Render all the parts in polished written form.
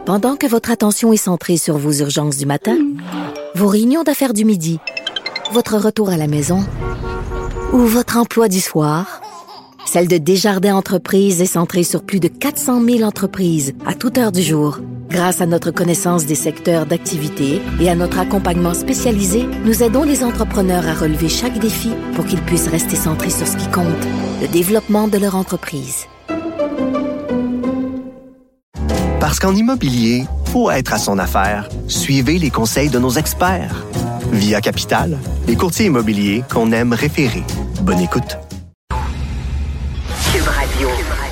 Pendant que votre attention est centrée sur vos urgences du matin, vos réunions d'affaires du midi, votre retour à la maison ou votre emploi du soir, celle de Desjardins Entreprises est centrée sur plus de 400 000 entreprises à toute heure du jour. Grâce à notre connaissance des secteurs d'activité et à notre accompagnement spécialisé, nous aidons les entrepreneurs à relever chaque défi pour qu'ils puissent rester centrés sur ce qui compte, le développement de leur entreprise. Parce qu'en immobilier, faut être à son affaire. Suivez les conseils de nos experts. Via Capital, les courtiers immobiliers qu'on aime référer. Bonne écoute. Cube Radio.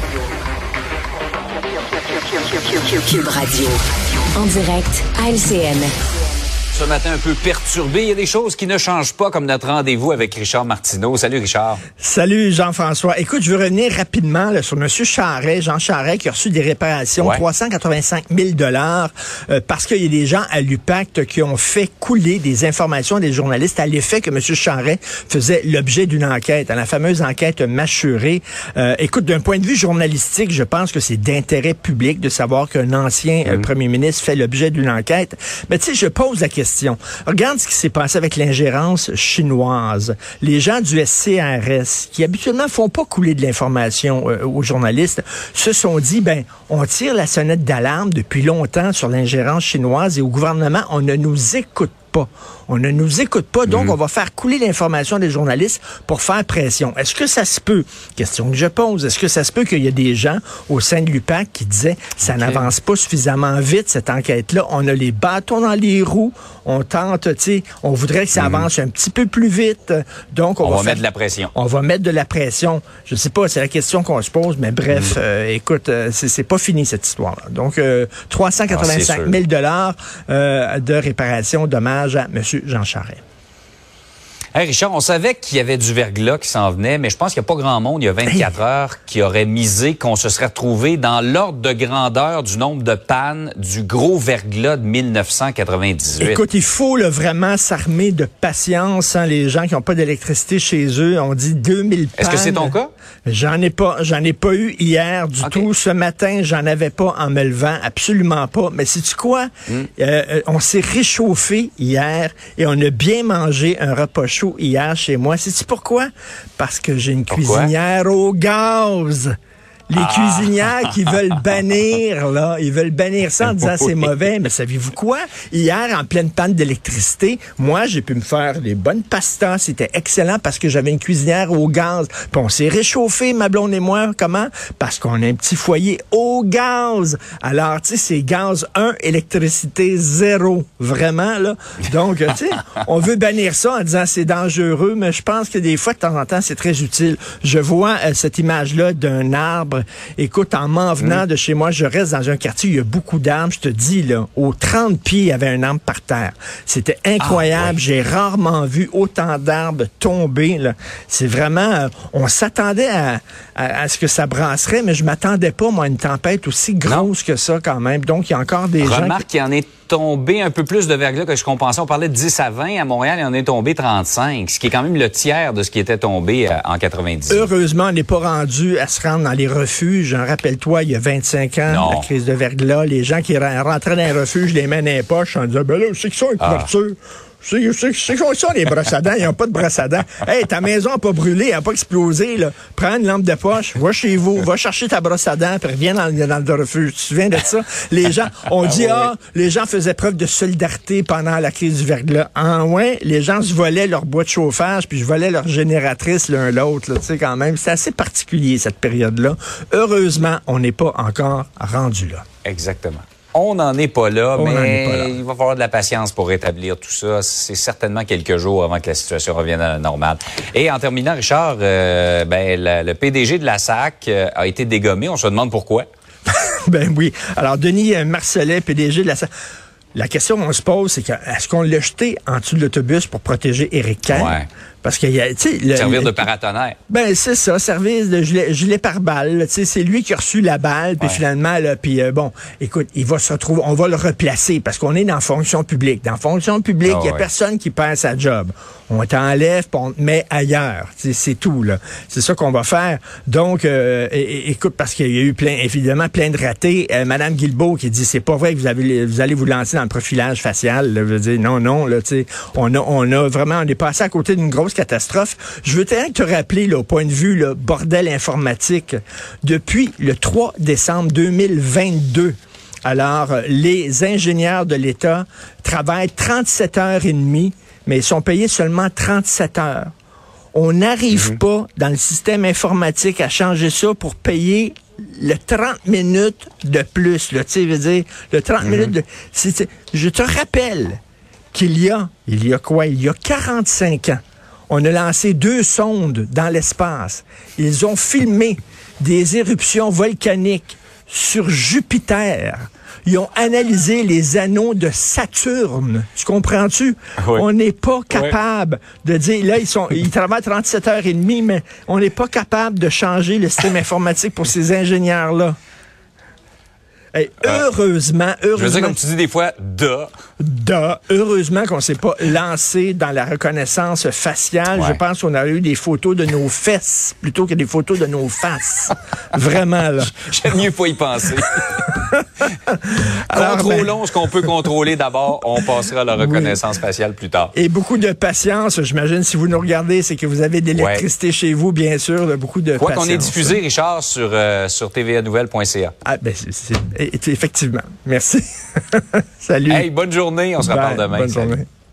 Cube Radio. En direct à LCN. Ce matin un peu perturbé, il y a des choses qui ne changent pas, comme notre rendez-vous avec Richard Martineau. Salut Richard. Salut Jean-François. Écoute, je veux revenir rapidement là, sur M. Charest, Jean Charest, qui a reçu des réparations, 385 000 parce qu'il y a des gens à l'UPAC qui ont fait couler des informations des journalistes à l'effet que M. Charest faisait l'objet d'une enquête, la fameuse enquête mâchurée. Écoute, d'un point de vue journalistique, je pense que c'est d'intérêt public de savoir qu'un ancien premier ministre fait l'objet d'une enquête. Mais tu sais, je pose la question. Regarde ce qui s'est passé avec l'ingérence chinoise. Les gens du SCRS, qui habituellement font pas couler de l'information aux journalistes, se sont dit, on tire la sonnette d'alarme depuis longtemps sur l'ingérence chinoise et au gouvernement, on ne nous écoute pas. On ne nous écoute pas, donc on va faire couler l'information des journalistes pour faire pression. Est-ce que ça se peut? Question que je pose. Est-ce que ça se peut qu'il y a des gens au sein de l'UPAC qui disaient ça n'avance pas suffisamment vite, cette enquête-là? On a les bâtons dans les roues. On tente, on voudrait que ça avance un petit peu plus vite. Donc, on va mettre de la pression. On va mettre de la pression. Je sais pas, c'est la question qu'on se pose, mais bref, écoute, c'est pas fini cette histoire-là. Donc, 385 000 de réparation, dommages à M. Jean Charest. Hey Richard, on savait qu'il y avait du verglas qui s'en venait, mais je pense qu'il n'y a pas grand monde, il y a 24 heures, qui aurait misé qu'on se serait retrouvé dans l'ordre de grandeur du nombre de pannes du gros verglas de 1998. Écoute, il faut vraiment s'armer de patience. Les gens qui n'ont pas d'électricité chez eux, on dit 2000 pannes. Est-ce que c'est ton cas? J'en ai pas eu hier du tout. Ce matin, j'en avais pas en me levant, absolument pas. Mais sais-tu quoi? On s'est réchauffé hier et on a bien mangé un repas chaud hier chez moi. Sais-tu pourquoi? Parce que j'ai une cuisinière au gaz. Les cuisinières qui veulent bannir, ils veulent bannir ça en disant c'est mauvais. Mais savez-vous quoi? Hier, en pleine panne d'électricité, moi, j'ai pu me faire des bonnes pastas. C'était excellent parce que j'avais une cuisinière au gaz. Puis on s'est réchauffé, ma blonde et moi. Comment? Parce qu'on a un petit foyer au gaz. Alors, tu sais, c'est gaz 1, électricité 0. Vraiment, là. Donc, tu sais, on veut bannir ça en disant c'est dangereux, mais je pense que des fois, de temps en temps, c'est très utile. Je vois cette image-là d'un arbre. Écoute, en m'en venant de chez moi, je reste dans un quartier où il y a beaucoup d'arbres. Je te dis, là, aux 30 pieds, il y avait un arbre par terre. C'était incroyable. J'ai rarement vu autant d'arbres tomber, là. C'est vraiment... on s'attendait à ce que ça brasserait, mais je m'attendais pas, moi, à une tempête aussi grosse que ça, quand même. Donc, il y a encore des gens... Remarque qu'il y en est tombé un peu plus de verglas que je compensais. On parlait de 10 à 20. À Montréal, il en est tombé 35, ce qui est quand même le tiers de ce qui était tombé en 90. Heureusement, on n'est pas rendu à se rendre dans les refuges. Rappelle-toi, il y a 25 ans, la crise de verglas, les gens qui rentraient dans les refuges, les mains dans les poches en disant, là, c'est que ça, une couverture. C'est quoi ça, les brosses à dents? Ils n'ont pas de brosses à dents. Hey, ta maison n'a pas brûlé, elle n'a pas explosé, là. Prends une lampe de poche, va chez vous, va chercher ta brosse à dents, puis reviens dans le refuge. Tu te souviens de ça? Les gens, les gens faisaient preuve de solidarité pendant la crise du verglas. Les gens se volaient leur bois de chauffage, puis je volais leur génératrice l'un l'autre, là. Tu sais, quand même. C'est assez particulier, cette période-là. Heureusement, on n'est pas encore rendu là. Exactement. On n'en est pas là, mais il va falloir de la patience pour rétablir tout ça. C'est certainement quelques jours avant que la situation revienne à la normale. Et en terminant, Richard, le PDG de la SAC a été dégommé. On se demande pourquoi. Oui. Alors, Denis Marcellet, PDG de la SAC... La question qu'on se pose, c'est est-ce qu'on l'a jeté en dessous de l'autobus pour protéger Éric Kerr? Parce que, tu sais... Servir de paratonnerre. Ben, c'est ça, service de gilet pare-balles. Tu sais, c'est lui qui a reçu la balle, puis finalement, là, puis bon, écoute, il va se retrouver, on va le replacer, parce qu'on est dans fonction publique. Dans fonction publique, il y a personne qui perd sa job. On t'enlève, puis on te met ailleurs. C'est tout, là. C'est ça qu'on va faire. Donc, écoute, parce qu'il y a eu évidemment plein de ratés. Madame Guilbeault qui dit, c'est pas vrai que vous allez vous lancer dans le profilage facial. Là. Je veux dire, non, là, tu sais, on est passé à côté d'une grosse catastrophe. Je veux te rappeler, là, au point de vue, là, bordel informatique, depuis le 3 décembre 2022, alors, les ingénieurs de l'État travaillent 37 heures et demie, mais ils sont payés seulement 37 heures. On n'arrive pas, dans le système informatique, à changer ça pour payer le 30 minutes de plus. Tu sais, veux dire, le 30 minutes de... Je te rappelle qu'il y a 45 ans, on a lancé 2 sondes dans l'espace. Ils ont filmé des éruptions volcaniques sur Jupiter. Ils ont analysé les anneaux de Saturne. Tu comprends-tu? Oui. On n'est pas capable de dire... Là, ils travaillent 37 heures et demie, mais on n'est pas capable de changer le système informatique pour ces ingénieurs-là. Hey, heureusement... Je veux dire, comme tu dis des fois, heureusement qu'on ne s'est pas lancé dans la reconnaissance faciale. Je pense qu'on aurait eu des photos de nos fesses plutôt que des photos de nos faces. Vraiment, là. J'aime mieux pas y penser. Contrôlons ce qu'on peut contrôler d'abord. On passera à la reconnaissance faciale plus tard. Et beaucoup de patience. J'imagine, si vous nous regardez, c'est que vous avez de l'électricité chez vous, bien sûr. Là, beaucoup de patience. Qu'on est diffusé, Richard, sur tvanouvelle.ca. Ah, ben, effectivement. Merci. Salut. Hey, bonne journée. On se reparle demain. Bonne journée.